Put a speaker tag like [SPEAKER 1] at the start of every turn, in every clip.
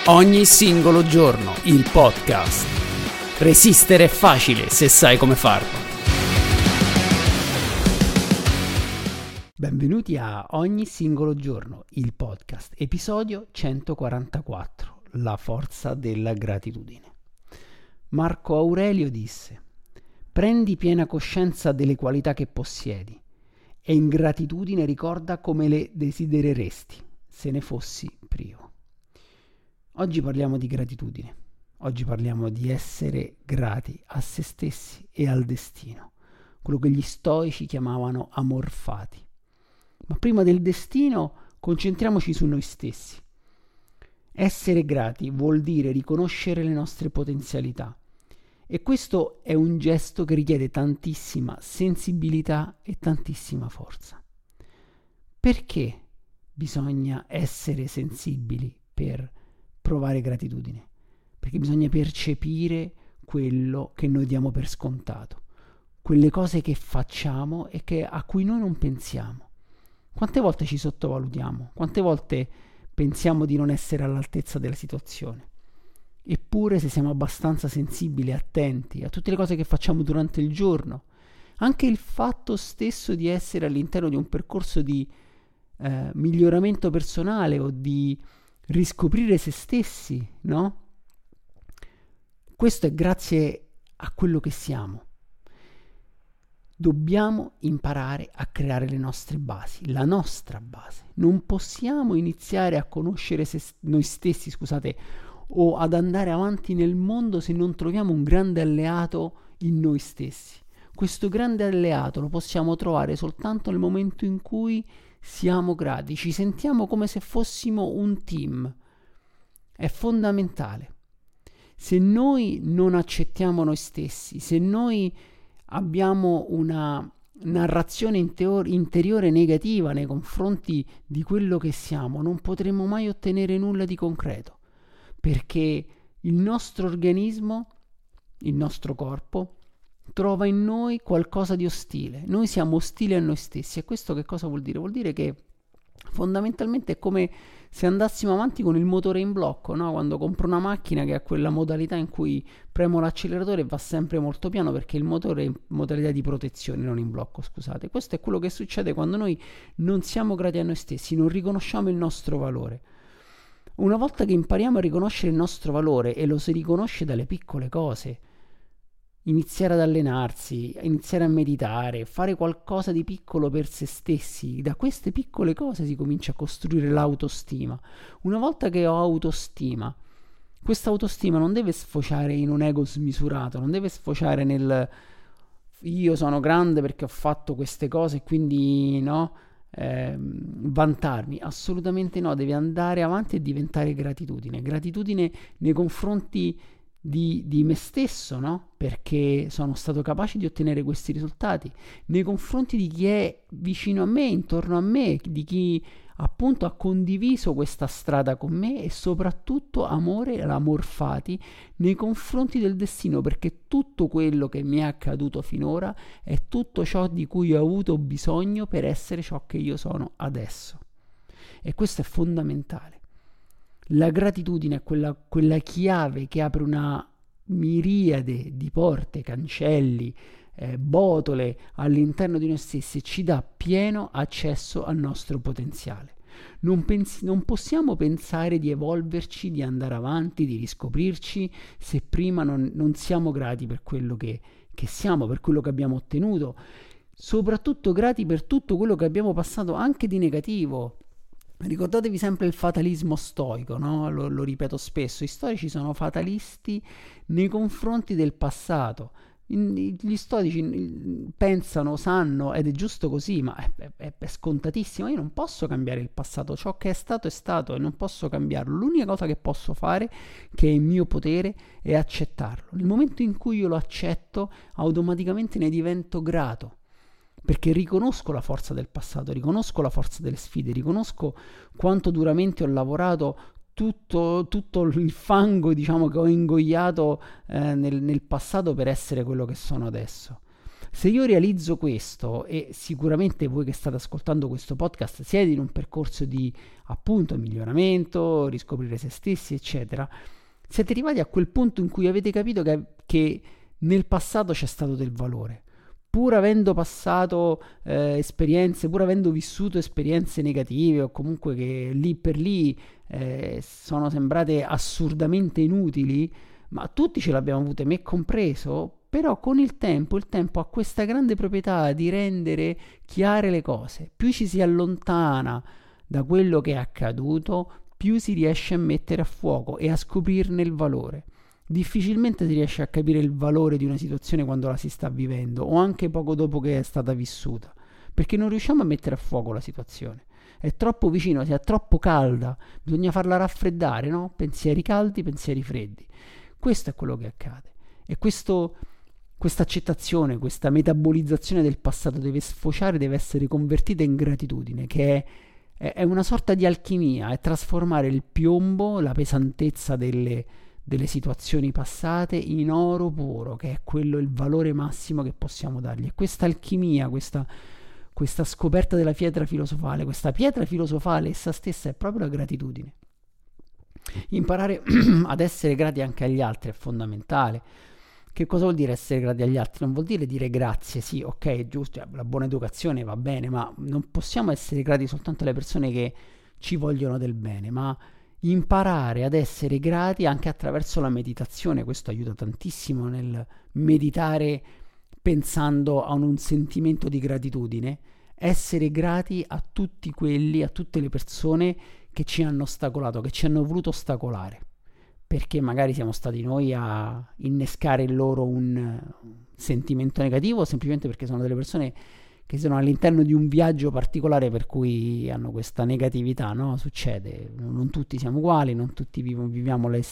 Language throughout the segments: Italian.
[SPEAKER 1] Ogni singolo giorno, il podcast. Resistere è facile se sai come farlo. Benvenuti a Ogni singolo giorno, il podcast, episodio 144, la forza della gratitudine. Marco Aurelio disse: prendi piena coscienza delle qualità che possiedi e in gratitudine ricorda come le desidereresti se ne fossi privo. Oggi parliamo di gratitudine, oggi parliamo di essere grati a se stessi e al destino, quello che gli stoici chiamavano amor fati. Ma prima del destino concentriamoci su noi stessi. Essere grati vuol dire riconoscere le nostre potenzialità e questo è un gesto che richiede tantissima sensibilità e tantissima forza. Perché bisogna essere sensibili per provare gratitudine? Perché bisogna percepire quello che noi diamo per scontato, quelle cose che facciamo e a cui noi non pensiamo. Quante volte ci sottovalutiamo? Quante volte pensiamo di non essere all'altezza della situazione? Eppure, se siamo abbastanza sensibili e attenti a tutte le cose che facciamo durante il giorno, anche il fatto stesso di essere all'interno di un percorso di miglioramento personale o di riscoprire se stessi, no? Questo è grazie a quello che siamo. Dobbiamo imparare a creare le nostre basi, la nostra base. Non possiamo iniziare a conoscere noi stessi, o ad andare avanti nel mondo se non troviamo un grande alleato in noi stessi. Questo grande alleato lo possiamo trovare soltanto nel momento in cui siamo grati, ci sentiamo come se fossimo un team. È fondamentale. Se noi non accettiamo noi stessi, se noi abbiamo una narrazione interiore negativa nei confronti di quello che siamo, non potremo mai ottenere nulla di concreto, perché il nostro organismo, il nostro corpo, trova in noi qualcosa di ostile. Noi siamo ostili a noi stessi. E questo che cosa vuol dire? Vuol dire che fondamentalmente è come se andassimo avanti con il motore in blocco, no? Quando compro una macchina che ha quella modalità in cui premo l'acceleratore e va sempre molto piano perché il motore è in modalità di protezione, non in blocco, scusate. Questo è quello che succede quando noi non siamo grati a noi stessi, non riconosciamo il nostro valore. Una volta che impariamo a riconoscere il nostro valore, e lo si riconosce dalle piccole cose, iniziare ad allenarsi, iniziare a meditare, fare qualcosa di piccolo per se stessi, da queste piccole cose si comincia a costruire l'autostima. Una volta che ho autostima, questa autostima non deve sfociare in un ego smisurato, non deve sfociare nel io sono grande perché ho fatto queste cose e quindi vantarmi. Assolutamente no, deve andare avanti e diventare gratitudine nei confronti di me stesso, no? Perché sono stato capace di ottenere questi risultati, nei confronti di chi è vicino a me, intorno a me, di chi appunto ha condiviso questa strada con me, e soprattutto l'amor fati nei confronti del destino, perché tutto quello che mi è accaduto finora è tutto ciò di cui ho avuto bisogno per essere ciò che io sono adesso. E questo è fondamentale. La gratitudine è quella chiave che apre una miriade di porte, cancelli, botole all'interno di noi stessi e ci dà pieno accesso al nostro potenziale. Non possiamo pensare di evolverci, di andare avanti, di riscoprirci se prima non siamo grati per quello che siamo, per quello che abbiamo ottenuto, soprattutto grati per tutto quello che abbiamo passato anche di negativo. Ricordatevi sempre il fatalismo stoico, no? Lo ripeto spesso, i stoici sono fatalisti nei confronti del passato. Gli stoici pensano, sanno, ed è giusto così, ma è scontatissimo. Io non posso cambiare il passato, ciò che è stato e non posso cambiarlo. L'unica cosa che posso fare, che è in mio potere, è accettarlo. Nel momento in cui io lo accetto, automaticamente ne divento grato. Perché riconosco la forza del passato, riconosco la forza delle sfide, riconosco quanto duramente ho lavorato, tutto il fango, che ho ingoiato nel passato per essere quello che sono adesso. Se io realizzo questo, e sicuramente voi che state ascoltando questo podcast siete in un percorso di appunto miglioramento, riscoprire se stessi, eccetera, siete arrivati a quel punto in cui avete capito che nel passato c'è stato del valore. Pur avendo passato esperienze, pur avendo vissuto esperienze negative o comunque che lì per lì sono sembrate assurdamente inutili, ma tutti ce l'abbiamo avute, me compreso, però con il tempo ha questa grande proprietà di rendere chiare le cose. Più ci si allontana da quello che è accaduto, più si riesce a mettere a fuoco e a scoprirne il valore. Difficilmente si riesce a capire il valore di una situazione quando la si sta vivendo o anche poco dopo che è stata vissuta, perché non riusciamo a mettere a fuoco la situazione. È troppo vicino, è troppo calda, bisogna farla raffreddare, no? Pensieri caldi, pensieri freddi. Questo è quello che accade. E questa accettazione, questa metabolizzazione del passato deve sfociare, deve essere convertita in gratitudine, che è una sorta di alchimia, è trasformare il piombo, la pesantezza delle situazioni passate in oro puro, che è quello il valore massimo che possiamo dargli. E questa alchimia, questa scoperta della pietra filosofale, questa pietra filosofale essa stessa è proprio la gratitudine. Imparare ad essere grati anche agli altri è fondamentale. Che cosa vuol dire essere grati agli altri? Non vuol dire grazie, sì, ok, è giusto, la buona educazione va bene, ma non possiamo essere grati soltanto alle persone che ci vogliono del bene, ma imparare ad essere grati anche attraverso la meditazione. Questo aiuta tantissimo nel meditare pensando a un sentimento di gratitudine, essere grati a tutti quelli, a tutte le persone che ci hanno ostacolato, che ci hanno voluto ostacolare, perché magari siamo stati noi a innescare in loro un sentimento negativo o semplicemente perché sono delle persone che sono all'interno di un viaggio particolare per cui hanno questa negatività, no? Succede, non tutti siamo uguali, non tutti viviamo le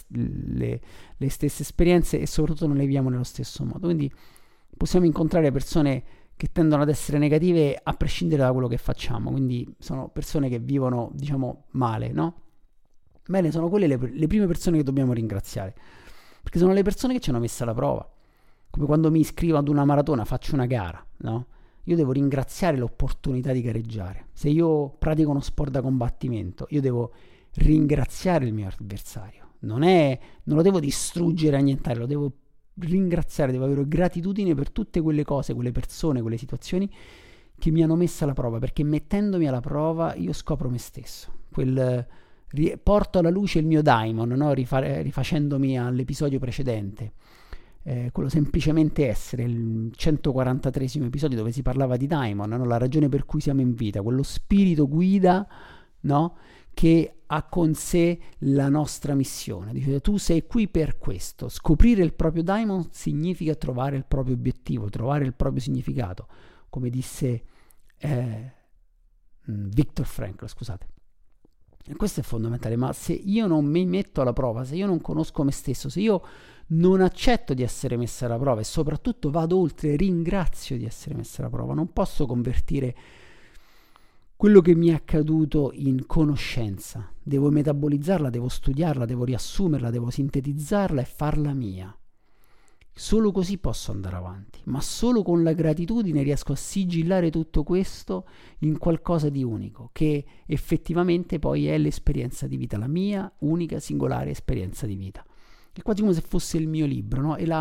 [SPEAKER 1] stesse esperienze e soprattutto non le viviamo nello stesso modo, quindi possiamo incontrare persone che tendono ad essere negative a prescindere da quello che facciamo, quindi sono persone che vivono, diciamo, male, no? Bene, sono quelle le prime persone che dobbiamo ringraziare, perché sono le persone che ci hanno messo alla prova. Come quando mi iscrivo ad una maratona, faccio una gara, no? Io devo ringraziare l'opportunità di gareggiare. Se io pratico uno sport da combattimento, io devo ringraziare il mio avversario. Non lo devo distruggere, annientare, lo devo ringraziare, devo avere gratitudine per tutte quelle cose, quelle persone, quelle situazioni che mi hanno messo alla prova, perché mettendomi alla prova io scopro me stesso. Porto alla luce il mio daimon, no? Rifacendomi all'episodio precedente, quello semplicemente essere, il 143esimo episodio dove si parlava di daimon, no? La ragione per cui siamo in vita, quello spirito guida, no? Che ha con sé la nostra missione. Dice, tu sei qui per questo. Scoprire il proprio daimon significa trovare il proprio obiettivo, trovare il proprio significato, come disse Viktor Frankl, scusate. E questo è fondamentale, ma se io non mi metto alla prova, se io non conosco me stesso, se io non accetto di essere messa alla prova e soprattutto vado oltre, ringrazio di essere messa alla prova, non posso convertire quello che mi è accaduto in conoscenza. Devo metabolizzarla, devo studiarla, devo riassumerla, devo sintetizzarla e farla mia. Solo così posso andare avanti, ma solo con la gratitudine riesco a sigillare tutto questo in qualcosa di unico, che effettivamente poi è l'esperienza di vita, la mia unica singolare esperienza di vita. È quasi come se fosse il mio libro, no? E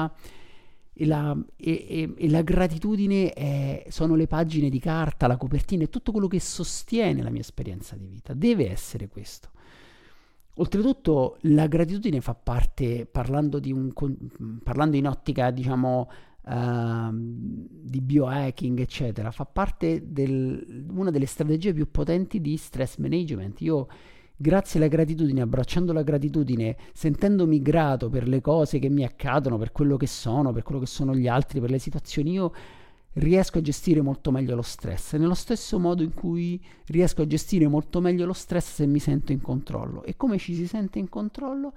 [SPEAKER 1] la gratitudine sono le pagine di carta, la copertina e tutto quello che sostiene la mia esperienza di vita. Deve essere questo. Oltretutto la gratitudine fa parte, parlando in ottica, diciamo, di biohacking, eccetera, fa parte una delle strategie più potenti di stress management. Io, grazie alla gratitudine, abbracciando la gratitudine, sentendomi grato per le cose che mi accadono, per quello che sono gli altri, per le situazioni, io riesco a gestire molto meglio lo stress, nello stesso modo in cui riesco a gestire molto meglio lo stress se mi sento in controllo. E come ci si sente in controllo?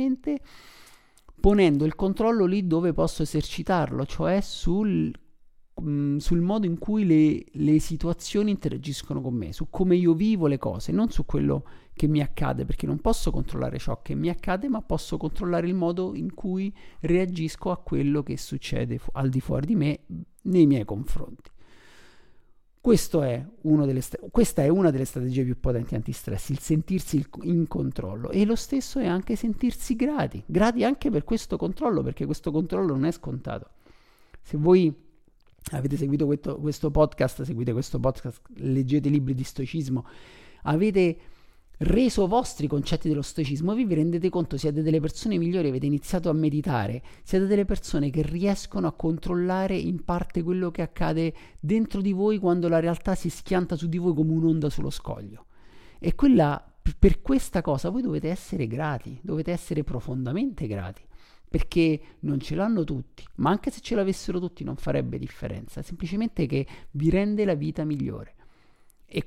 [SPEAKER 1] Semplicemente ponendo il controllo lì dove posso esercitarlo, cioè sul sul modo in cui le situazioni interagiscono con me, su come io vivo le cose, non su quello che mi accade, perché non posso controllare ciò che mi accade, ma posso controllare il modo in cui reagisco a quello che succede al di fuori di me nei miei confronti. Questa è una delle strategie più potenti antistress, il sentirsi in controllo, e lo stesso è anche sentirsi grati anche per questo controllo, perché questo controllo non è scontato. Se voi avete seguito questo podcast, leggete libri di stoicismo, avete reso vostri concetti dello stoicismo, vi rendete conto, siete delle persone migliori, avete iniziato a meditare, siete delle persone che riescono a controllare in parte quello che accade dentro di voi quando la realtà si schianta su di voi come un'onda sullo scoglio. E per questa cosa voi dovete essere grati, dovete essere profondamente grati, perché non ce l'hanno tutti, ma anche se ce l'avessero tutti non farebbe differenza, semplicemente che vi rende la vita migliore. E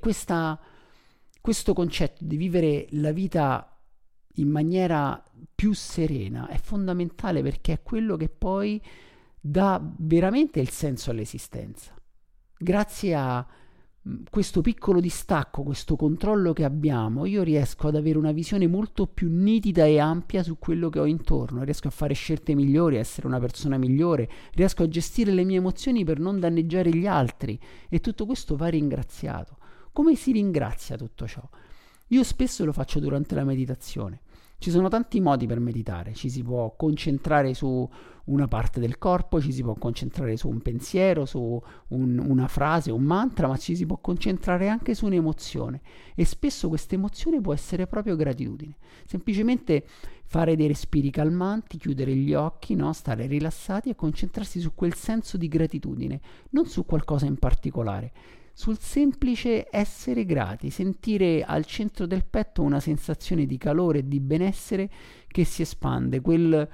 [SPEAKER 1] questo concetto di vivere la vita in maniera più serena è fondamentale, perché è quello che poi dà veramente il senso all'esistenza. Grazie a questo piccolo distacco, questo controllo che abbiamo, io riesco ad avere una visione molto più nitida e ampia su quello che ho intorno, riesco a fare scelte migliori, a essere una persona migliore, riesco a gestire le mie emozioni per non danneggiare gli altri, e tutto questo va ringraziato. Come si ringrazia tutto ciò? Io spesso lo faccio durante la meditazione. Ci sono tanti modi per meditare, ci si può concentrare su una parte del corpo, ci si può concentrare su un pensiero, su una frase, un mantra, ma ci si può concentrare anche su un'emozione, e spesso questa emozione può essere proprio gratitudine. Semplicemente fare dei respiri calmanti, chiudere gli occhi, no? Stare rilassati e concentrarsi su quel senso di gratitudine, non su qualcosa in particolare, sul semplice essere grati, sentire al centro del petto una sensazione di calore e di benessere che si espande, quella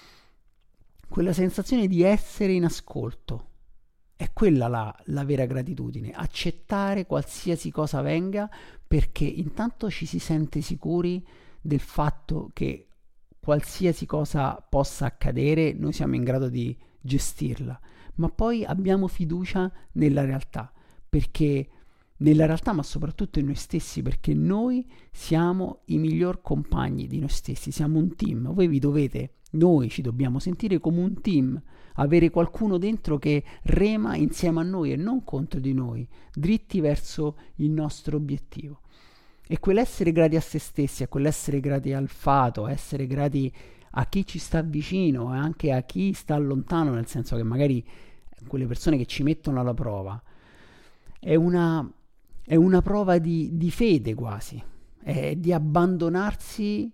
[SPEAKER 1] sensazione di essere in ascolto. È quella la vera gratitudine, accettare qualsiasi cosa venga, perché intanto ci si sente sicuri del fatto che qualsiasi cosa possa accadere noi siamo in grado di gestirla, ma poi abbiamo fiducia nella realtà, perché nella realtà, ma soprattutto in noi stessi, perché noi siamo i miglior compagni di noi stessi, siamo un team. Noi ci dobbiamo sentire come un team, avere qualcuno dentro che rema insieme a noi e non contro di noi, dritti verso il nostro obiettivo. E quell'essere grati a se stessi, a quell'essere grati al fato, essere grati a chi ci sta vicino e anche a chi sta lontano, nel senso che magari quelle persone che ci mettono alla prova, è una prova di fede quasi, è di abbandonarsi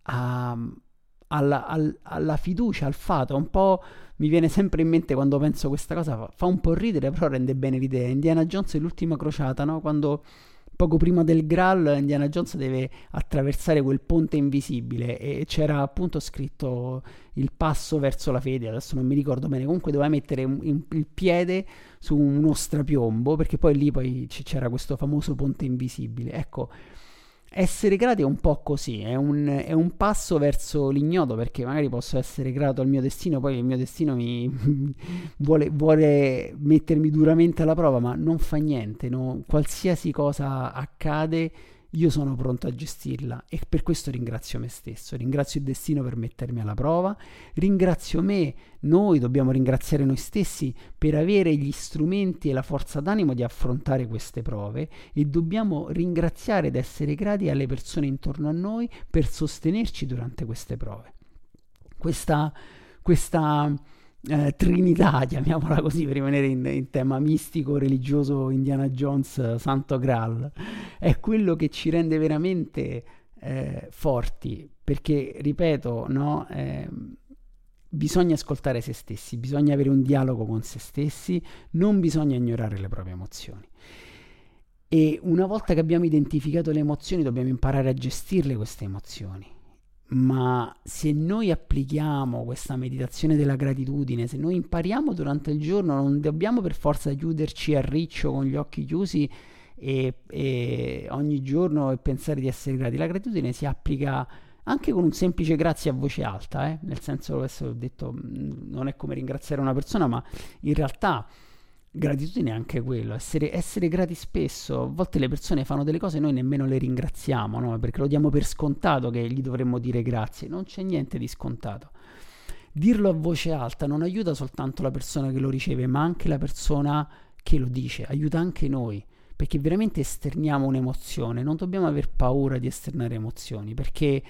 [SPEAKER 1] alla fiducia, al fato. Un po' mi viene sempre in mente, quando penso a questa cosa, fa un po' ridere, però rende bene l'idea. Indiana Jones e l'ultima crociata, no? Quando poco prima del Graal Indiana Jones deve attraversare quel ponte invisibile e c'era appunto scritto il passo verso la fede, adesso non mi ricordo bene, comunque doveva mettere il piede su uno strapiombo, perché poi c'era questo famoso ponte invisibile. Ecco, essere grati è un po' così, è un passo verso l'ignoto, perché magari posso essere grato al mio destino, poi il mio destino mi vuole mettermi duramente alla prova, ma non fa niente, no? Qualsiasi cosa accade io sono pronto a gestirla, e per questo ringrazio me stesso, ringrazio il destino per mettermi alla prova, ringrazio me. Noi dobbiamo ringraziare noi stessi per avere gli strumenti e la forza d'animo di affrontare queste prove, e dobbiamo ringraziare ed essere grati alle persone intorno a noi per sostenerci durante queste prove. Questa Trinità, chiamiamola così per rimanere in tema mistico, religioso, Indiana Jones, Santo Graal, è quello che ci rende veramente forti, perché, ripeto, no, bisogna ascoltare se stessi, bisogna avere un dialogo con se stessi, non bisogna ignorare le proprie emozioni. E una volta che abbiamo identificato le emozioni, dobbiamo imparare a gestirle queste emozioni. Ma se noi applichiamo questa meditazione della gratitudine, se noi impariamo durante il giorno, non dobbiamo per forza chiuderci a riccio con gli occhi chiusi e ogni giorno e pensare di essere grati. La gratitudine si applica anche con un semplice grazie a voce alta, nel senso, adesso ho detto, non è come ringraziare una persona, ma in realtà Gratitudine è anche quello, essere grati spesso. A volte le persone fanno delle cose e noi nemmeno le ringraziamo, no? Perché lo diamo per scontato che gli dovremmo dire grazie. Non c'è niente di scontato. Dirlo a voce alta non aiuta soltanto la persona che lo riceve, ma anche la persona che lo dice, aiuta anche noi, perché veramente esterniamo un'emozione. Non dobbiamo aver paura di esternare emozioni, perché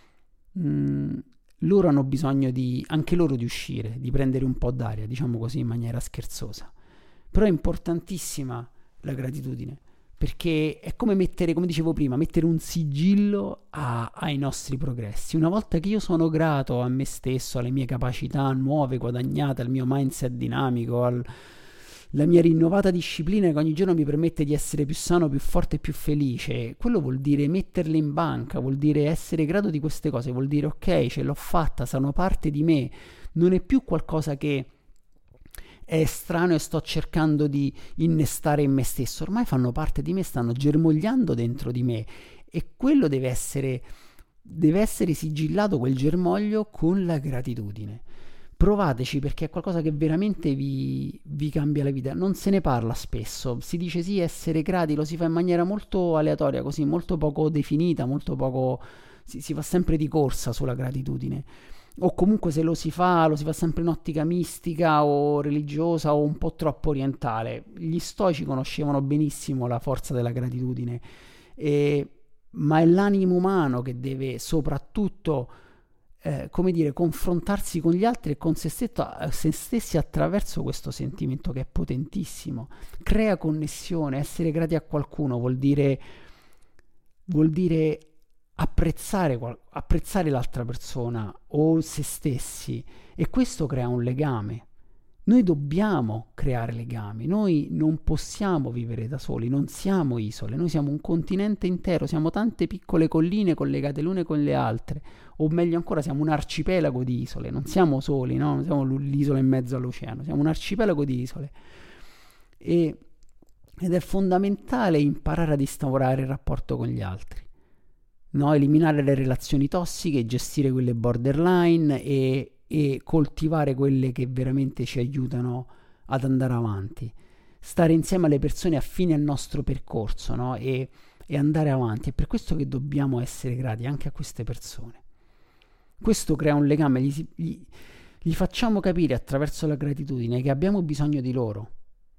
[SPEAKER 1] loro hanno bisogno anche loro di uscire, di prendere un po' d'aria, diciamo così in maniera scherzosa. Però è importantissima la gratitudine, perché è come mettere, come dicevo prima, mettere un sigillo ai nostri progressi. Una volta che io sono grato a me stesso, alle mie capacità nuove guadagnate, al mio mindset dinamico, alla mia rinnovata disciplina che ogni giorno mi permette di essere più sano, più forte e più felice, quello vuol dire metterle in banca, vuol dire essere grato di queste cose, vuol dire ok, ce l'ho fatta, sono parte di me, non è più qualcosa che è estraneo e sto cercando di innestare in me stesso, ormai fanno parte di me, stanno germogliando dentro di me, e quello deve essere sigillato, quel germoglio, con la gratitudine. Provateci, perché è qualcosa che veramente vi cambia la vita. Non se ne parla spesso, si dice sì, essere grati, lo si fa in maniera molto aleatoria, così molto poco definita, molto poco, si fa sempre di corsa sulla gratitudine, o comunque se lo si fa sempre in ottica mistica o religiosa o un po' troppo orientale. Gli stoici conoscevano benissimo la forza della gratitudine, ma è l'animo umano che deve soprattutto come dire, confrontarsi con gli altri e con se stessi attraverso questo sentimento che è potentissimo, crea connessione. Essere grati a qualcuno vuol dire apprezzare l'altra persona o se stessi, e questo crea un legame. Noi dobbiamo creare legami, noi non possiamo vivere da soli, non siamo isole, noi siamo un continente intero, siamo tante piccole colline collegate l'une con le altre, o meglio ancora siamo un arcipelago di isole, non siamo soli, no? Non siamo l'isola in mezzo all'oceano, siamo un arcipelago di isole, ed è fondamentale imparare ad instaurare il rapporto con gli altri, no? Eliminare le relazioni tossiche, gestire quelle borderline e coltivare quelle che veramente ci aiutano ad andare avanti, stare insieme alle persone affini al nostro percorso, no? e andare avanti. È per questo che dobbiamo essere grati anche a queste persone. Questo crea un legame, gli facciamo capire attraverso la gratitudine che abbiamo bisogno di loro.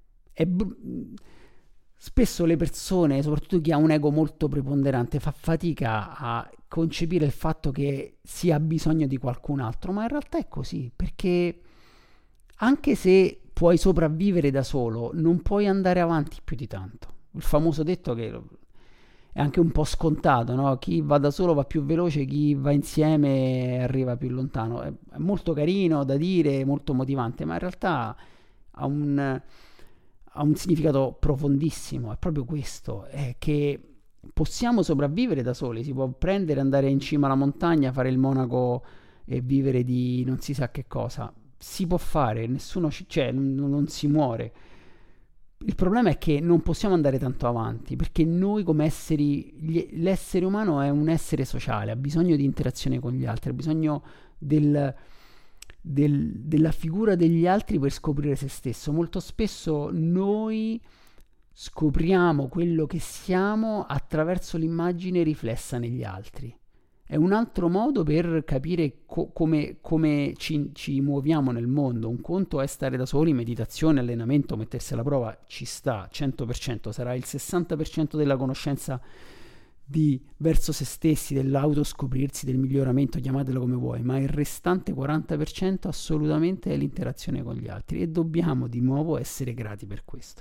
[SPEAKER 1] Spesso le persone, soprattutto chi ha un ego molto preponderante, fa fatica a concepire il fatto che si ha bisogno di qualcun altro, ma in realtà è così, perché anche se puoi sopravvivere da solo, non puoi andare avanti più di tanto. Il famoso detto che è anche un po' scontato, no? Chi va da solo va più veloce, chi va insieme arriva più lontano. È molto carino da dire, molto motivante, ma in realtà ha un significato profondissimo. È proprio questo, è che possiamo sopravvivere da soli, si può prendere, andare in cima alla montagna, fare il monaco e vivere di non si sa che cosa, si può fare, nessuno non si muore. Il problema è che non possiamo andare tanto avanti, perché noi come l'essere umano è un essere sociale, ha bisogno di interazione con gli altri, ha bisogno della figura degli altri per scoprire se stesso. Molto spesso noi scopriamo quello che siamo attraverso l'immagine riflessa negli altri. È un altro modo per capire come ci muoviamo nel mondo. Un conto è stare da soli, meditazione, allenamento, mettersi alla prova, ci sta, 100%, sarà il 60% della conoscenza verso se stessi, dell'autoscoprirsi, del miglioramento, chiamatelo come vuoi, ma il restante 40% assolutamente è l'interazione con gli altri, e dobbiamo di nuovo essere grati per questo.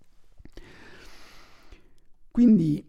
[SPEAKER 1] Quindi,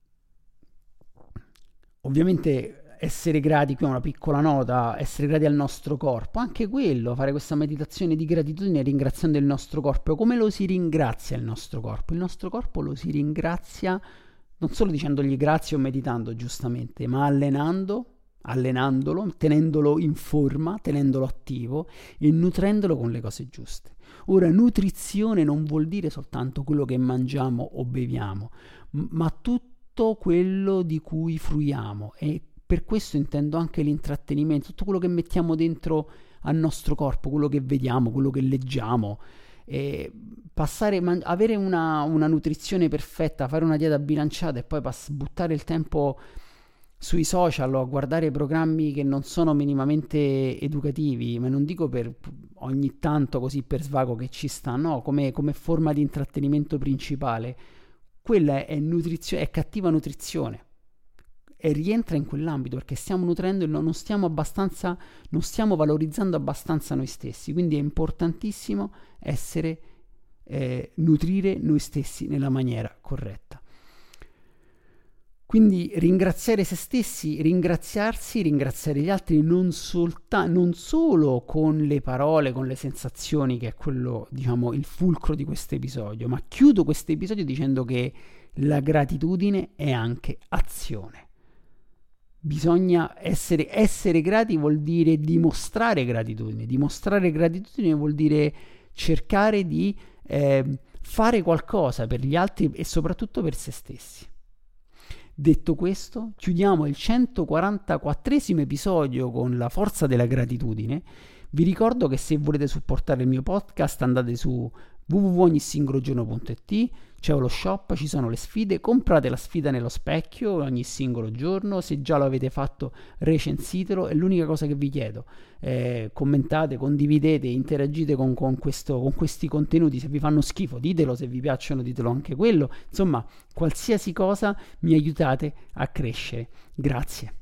[SPEAKER 1] ovviamente, essere grati, qui è una piccola nota, essere grati al nostro corpo, anche quello, fare questa meditazione di gratitudine ringraziando il nostro corpo. Come lo si ringrazia il nostro corpo? Il nostro corpo lo si ringrazia non solo dicendogli grazie o meditando, giustamente, ma allenandolo, tenendolo in forma, tenendolo attivo e nutrendolo con le cose giuste. Ora, nutrizione non vuol dire soltanto quello che mangiamo o beviamo, ma tutto quello di cui fruiamo, e per questo intendo anche l'intrattenimento, tutto quello che mettiamo dentro al nostro corpo, quello che vediamo, quello che leggiamo, avere una nutrizione perfetta, fare una dieta bilanciata e poi buttare il tempo sui social o a guardare programmi che non sono minimamente educativi, ma non dico per ogni tanto così per svago che ci sta, no, come forma di intrattenimento principale, quella è cattiva nutrizione e rientra in quell'ambito perché stiamo nutrendo e non stiamo valorizzando abbastanza noi stessi, quindi è importantissimo nutrire noi stessi nella maniera corretta. Quindi ringraziare se stessi, ringraziare gli altri non solo con le parole, con le sensazioni, che è quello, diciamo, il fulcro di questo episodio, ma chiudo questo episodio dicendo che la gratitudine è anche azione. Bisogna essere grati vuol dire dimostrare gratitudine vuol dire cercare di fare qualcosa per gli altri e soprattutto per se stessi. Detto questo, chiudiamo il 144esimo episodio con la forza della gratitudine. Vi ricordo che se volete supportare il mio podcast andate su www.ognisingologiorno.it, c'è lo shop, ci sono le sfide, comprate la sfida nello specchio ogni singolo giorno, se già lo avete fatto recensitelo, è l'unica cosa che vi chiedo, commentate, condividete, interagite con questi contenuti, se vi fanno schifo ditelo, se vi piacciono ditelo anche quello, insomma qualsiasi cosa mi aiutate a crescere. Grazie.